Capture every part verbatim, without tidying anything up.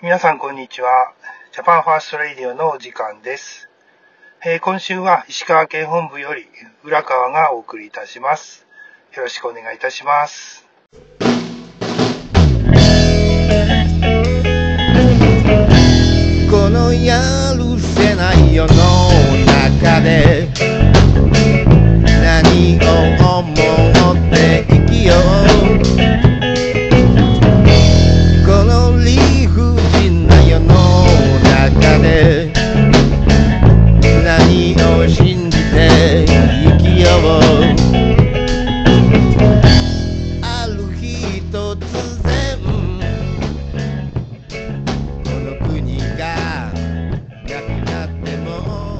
皆さんこんにちは。ジャパンファーストレディオのお時間です。えー、今週は石川県本部より浦川がお送りいたします。よろしくお願いいたします。 このやるせない世の中で何を思って生きよう。この理不尽な世の中で何を信じて生きよう。ある日突然この国がなくなっても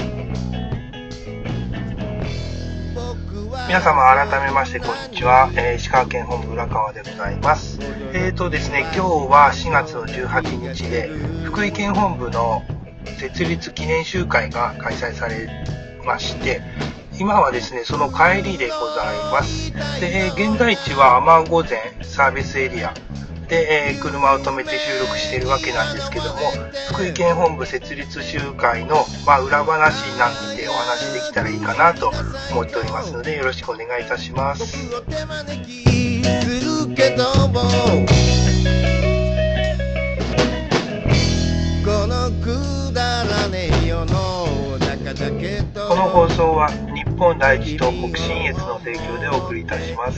皆様改めましてこんにちは、えー、石川県本部浦川でございます。えーとですね、今日はしがつのじゅうはちにちで福井県本部の設立記念集会が開催されまして、今はですねその帰りでございます。で、えー、現在地は尼御前サービスエリアで、えー、車を止めて収録しているわけなんですけども、福井県本部設立集会の、まあ、裏話なんでお話できたらいいかなと思っておりますので、よろしくお願いいたします。この放送は日本第一と北信越の提供でお送りいたします。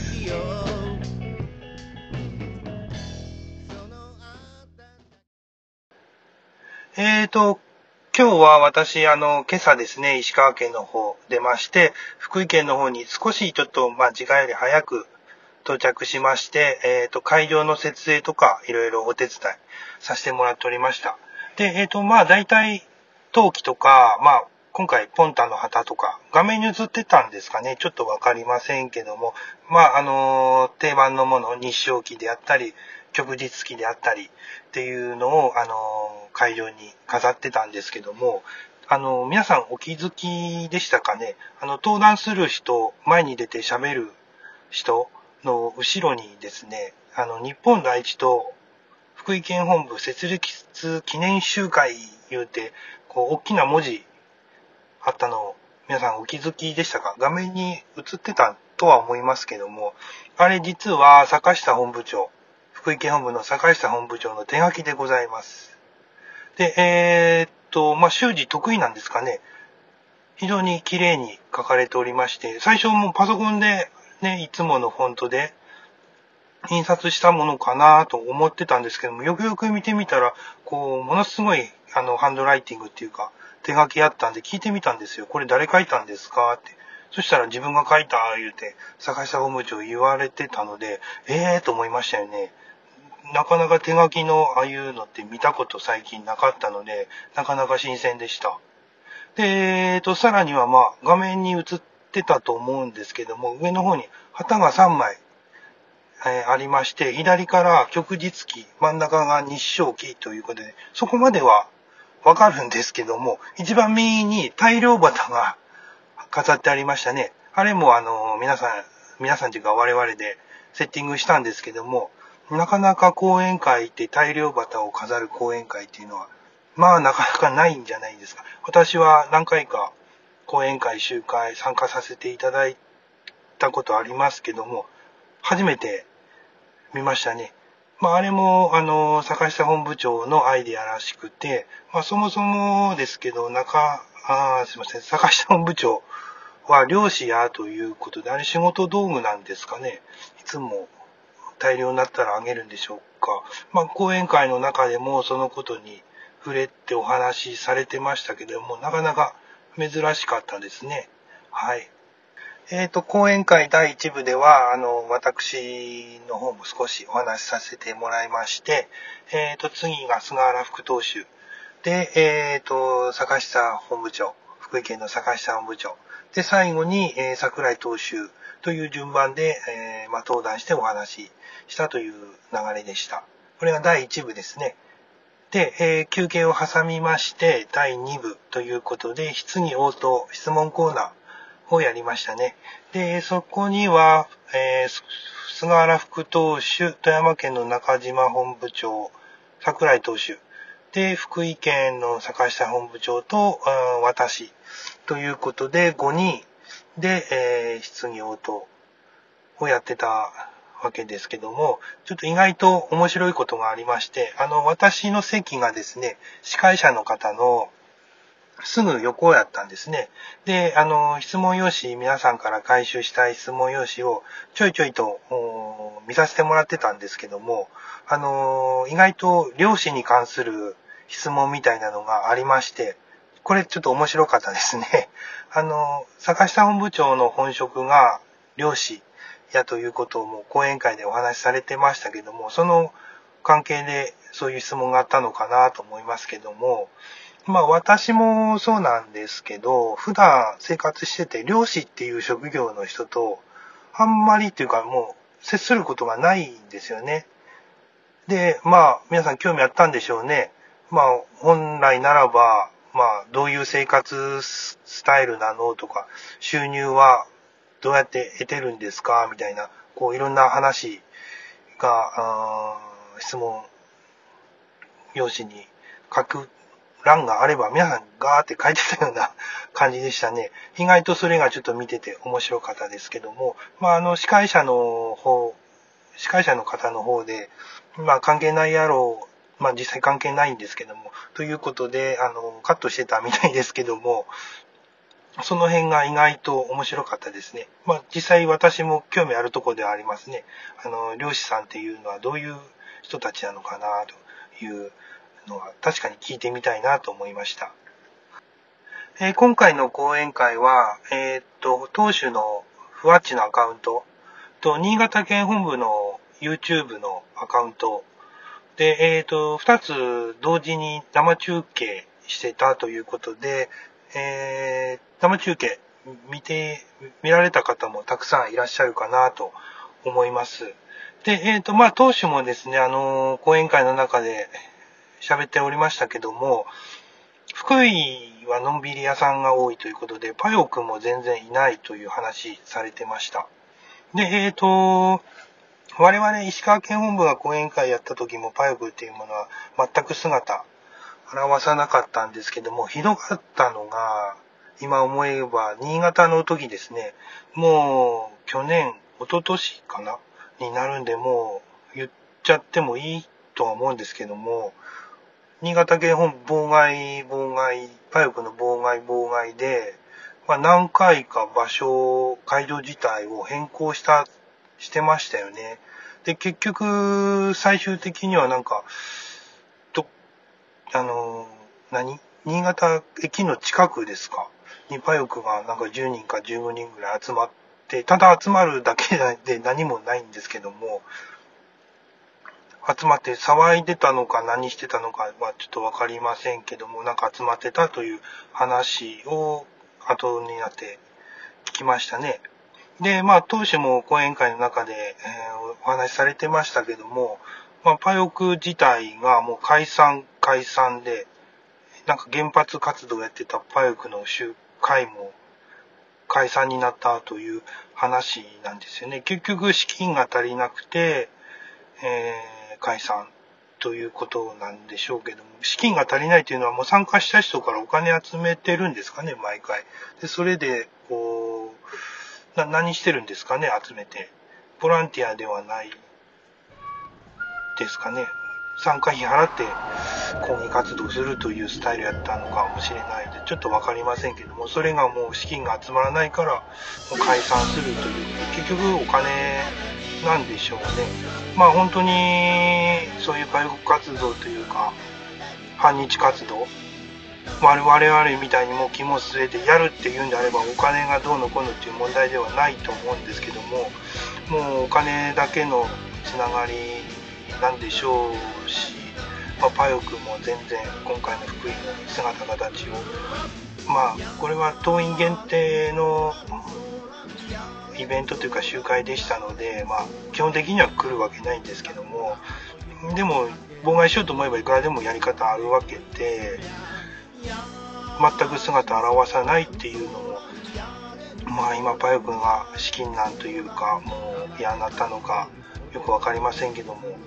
えーと、今日は私、あの、今朝ですね、石川県の方出まして、福井県の方に少しちょっと、まあ、時間より早く到着しまして、えーと、会場の設営とか、いろいろお手伝いさせてもらっておりました。で、えーと、まあ、大体、陶器とか、まあ、今回、ポンタの旗とか、画面に映ってたんですかね、ちょっとわかりませんけども、まあ、あの、定番のもの、日照旗であったり、旭日旗であったりっていうのを、あの、会場に飾ってたんですけども、あの、皆さんお気づきでしたかね。あの、登壇する人、前に出て喋る人の後ろにですね、あの、日本第一と福井県本部設立記念集会言うて、こう、大きな文字あったのを皆さんお気づきでしたか。画面に映ってたとは思いますけども、あれ実は坂下本部長、福井県本部の坂下本部長の手書きでございます。で、えー、っと、まあ、習字得意なんですかね。非常に綺麗に書かれておりまして、最初もパソコンでね、いつものフォントで印刷したものかなと思ってたんですけども、よくよく見てみたら、こう、ものすごい、あの、ハンドライティングっていうか、手書きあったんで聞いてみたんですよ。これ誰書いたんですかって。そしたら自分が書いた言うて、坂下本部長言われてたので、えーと思いましたよね。なかなか手書きのああいうのって見たこと最近なかったので、なかなか新鮮でした。で、えっと、さらにはまあ、画面に映ってたと思うんですけども、上の方に旗がさんまい、えー、ありまして、左から旭日旗、真ん中が日照旗ということで、そこまではわかるんですけども、一番右に大漁旗が飾ってありましたね。あれもあの、皆さん、皆さんというか我々でセッティングしたんですけども、なかなか講演会って大漁旗を飾る講演会っていうのは、まあなかなかないんじゃないですか。私は何回か講演会、集会参加させていただいたことありますけども、初めて見ましたね。まああれも、あの、坂下本部長のアイデアらしくて、まあそもそもですけど、中、あすいません、坂下本部長は漁師やということで、あれ仕事道具なんですかね。いつも大量になったらあげるんでしょうか。まあ、講演会の中でもそのことに触れてお話しされてましたけども、なかなか珍しかったですね。はい。えっと、講演会だいいち部では、あの、私の方も少しお話しさせてもらいまして、えっと、次が菅原副党首。で、えっと、坂下本部長。福井県の坂下本部長。で、最後に、えー、桜井党首という順番で、えーまあ、登壇してお話ししたという流れでした。これがだいいち部ですね。で、えー、休憩を挟みまして、だいに部ということで、質疑応答、質問コーナーをやりましたね。で、そこには、えー、菅原副党首、富山県の中島本部長、 桜井投手。で、福井県の坂下本部長と、私。ということで、ごにんで、えー、質疑応答をやってたわけですけども、ちょっと意外と面白いことがありまして、あの、私の席がですね、司会者の方のすぐ横やったんですね。で、あの、質問用紙、皆さんから回収したい質問用紙をちょいちょいと見させてもらってたんですけども、あの、意外と漁師に関する質問みたいなのがありまして、これちょっと面白かったですね。あの、坂下本部長の本職が漁師やということをもう講演会でお話しされてましたけども、その関係でそういう質問があったのかなと思いますけども、まあ私もそうなんですけど、普段生活してて漁師っていう職業の人とあんまりっていうかもう接することがないんですよね。で、まあ皆さん興味あったんでしょうね。まあ本来ならば、まあどういう生活スタイルなのとか、収入はどうやって得てるんですかみたいな、こういろんな話が、質問用紙に書く欄があれば皆さんガーって書いてたような感じでしたね。意外とそれがちょっと見てて面白かったですけども、まああの司会者の方、司会者の方の方で、まあ関係ないやろう、まあ実際関係ないんですけども、ということで、あの、カットしてたみたいですけども、その辺が意外と面白かったですね。まあ実際私も興味あるところではありますね。あの、漁師さんっていうのはどういう人たちなのかなというのは確かに聞いてみたいなと思いました。えー、今回の講演会は、えー、っと、当主のふわっちのアカウントと、新潟県本部の YouTube のアカウントで、えー、っと、二つ同時に生中継してたということで、えー、生中継見て、見られた方もたくさんいらっしゃるかなと思います。で、えー、っと、まあ、当主もですね、あの、講演会の中で、喋っておりましたけども、福井はのんびり屋さんが多いということで、パヨくんも全然いないという話されてました。で、えっと、我々石川県本部が講演会やった時もパヨくんっていうものは全く姿現さなかったんですけども、ひどかったのが、今思えば新潟の時ですね、もう去年、一昨年かなになるんで、もう言っちゃってもいいとは思うんですけども、新潟県本部妨害、妨害、パヨクの妨害、妨害で、まあ、何回か場所、会場自体を変更した、してましたよね。で、結局、最終的にはなんか、と、あの、何新潟駅の近くですかにパヨクがなんかじゅうにんかじゅうごにんぐらい集まって、ただ集まるだけで何もないんですけども、集まって騒いでたのか何してたのかはちょっとわかりませんけども、なんか集まってたという話を後になって聞きましたね。で、まあ当初も講演会の中で、えー、お話しされてましたけども、まあパヨク自体がもう解散解散で、なんか原発活動をやってたパヨクの集会も解散になったという話なんですよね。結局資金が足りなくて、えー解散ということなんでしょうけども、資金が足りないというのはもう参加した人からお金集めてるんですかね、毎回。で、それで、こう、な、何してるんですかね、集めて。ボランティアではないですかね。参加費払って抗議活動するというスタイルやったのかもしれないで、ちょっとわかりませんけども、それがもう資金が集まらないから、もう解散するという、結局お金なんでしょうね。まあ本当にそういうパヨク活動というか反日活動、我々みたいにもう肝を据えてやるっていうんであればお金がどうのこうのっていう問題ではないと思うんですけども、もうお金だけのつながりなんでしょうし、まあ、パヨクも全然今回の福井の姿形を、まあこれは党員限定のイベントというか集会でしたので、まあ基本的には来るわけないんですけども、でも妨害しようと思えばいくらでもやり方あるわけで、全く姿を現さないっていうのも、まあ今パヨ君が資金難というかもう嫌になったのかよくわかりませんけども、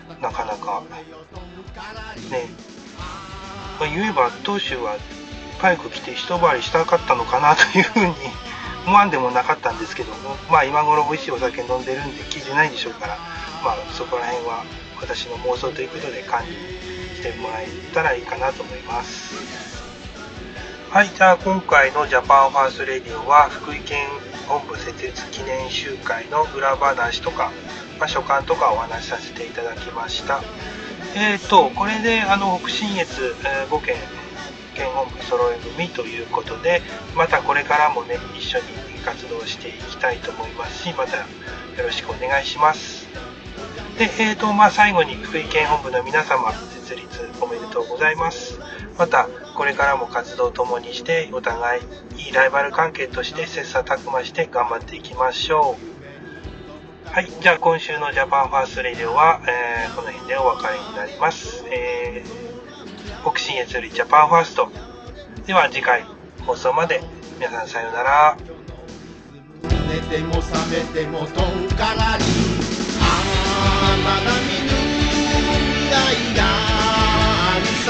なかなかね、まあ、言えば当主はパイク来て一回りしたかったのかなというふうに思わんでもなかったんですけども、まあ今頃美味しいお酒飲んでるんで聞いてないでしょうから、まあそこら辺は私の妄想ということで管理してもらえたらいいかなと思います。はい、じゃあ今回のジャパンファーストレディオは福井県本部設立記念集会の裏話とか、まあ、所感とかお話しさせていただきました。えーと、これであの北信越、えー、ご県県本部揃え組ということで、またこれからもね一緒に活動していきたいと思いますし、またよろしくお願いします。で、えーとまあ、最後に福井県本部の皆様、設立おめでとうございます。またこれからも活動を共にしてお互いいいライバル関係として切磋琢磨して頑張っていきましょう。はい、じゃあ今週のジャパンファーストレディオは、えー、この辺でお別れになります。えー、北信越よりジャパンファーストでは次回放送まで皆さんさようなら。 寝ても覚めてもとんからり、ああまだ見ぬ未来があるさ、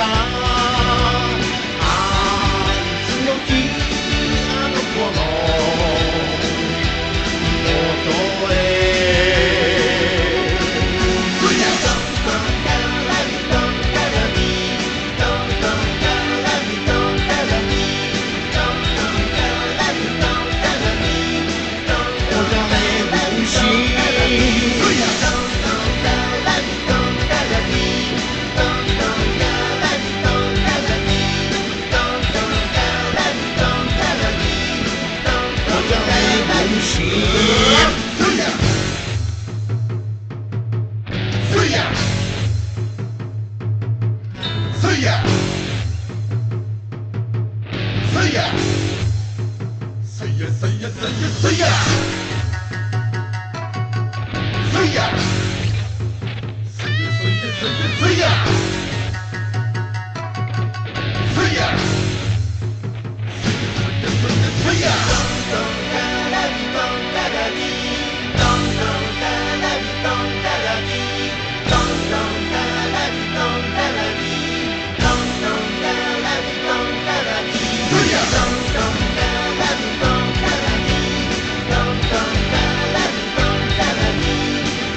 あいつの日あの子の元へ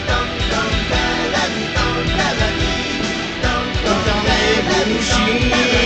she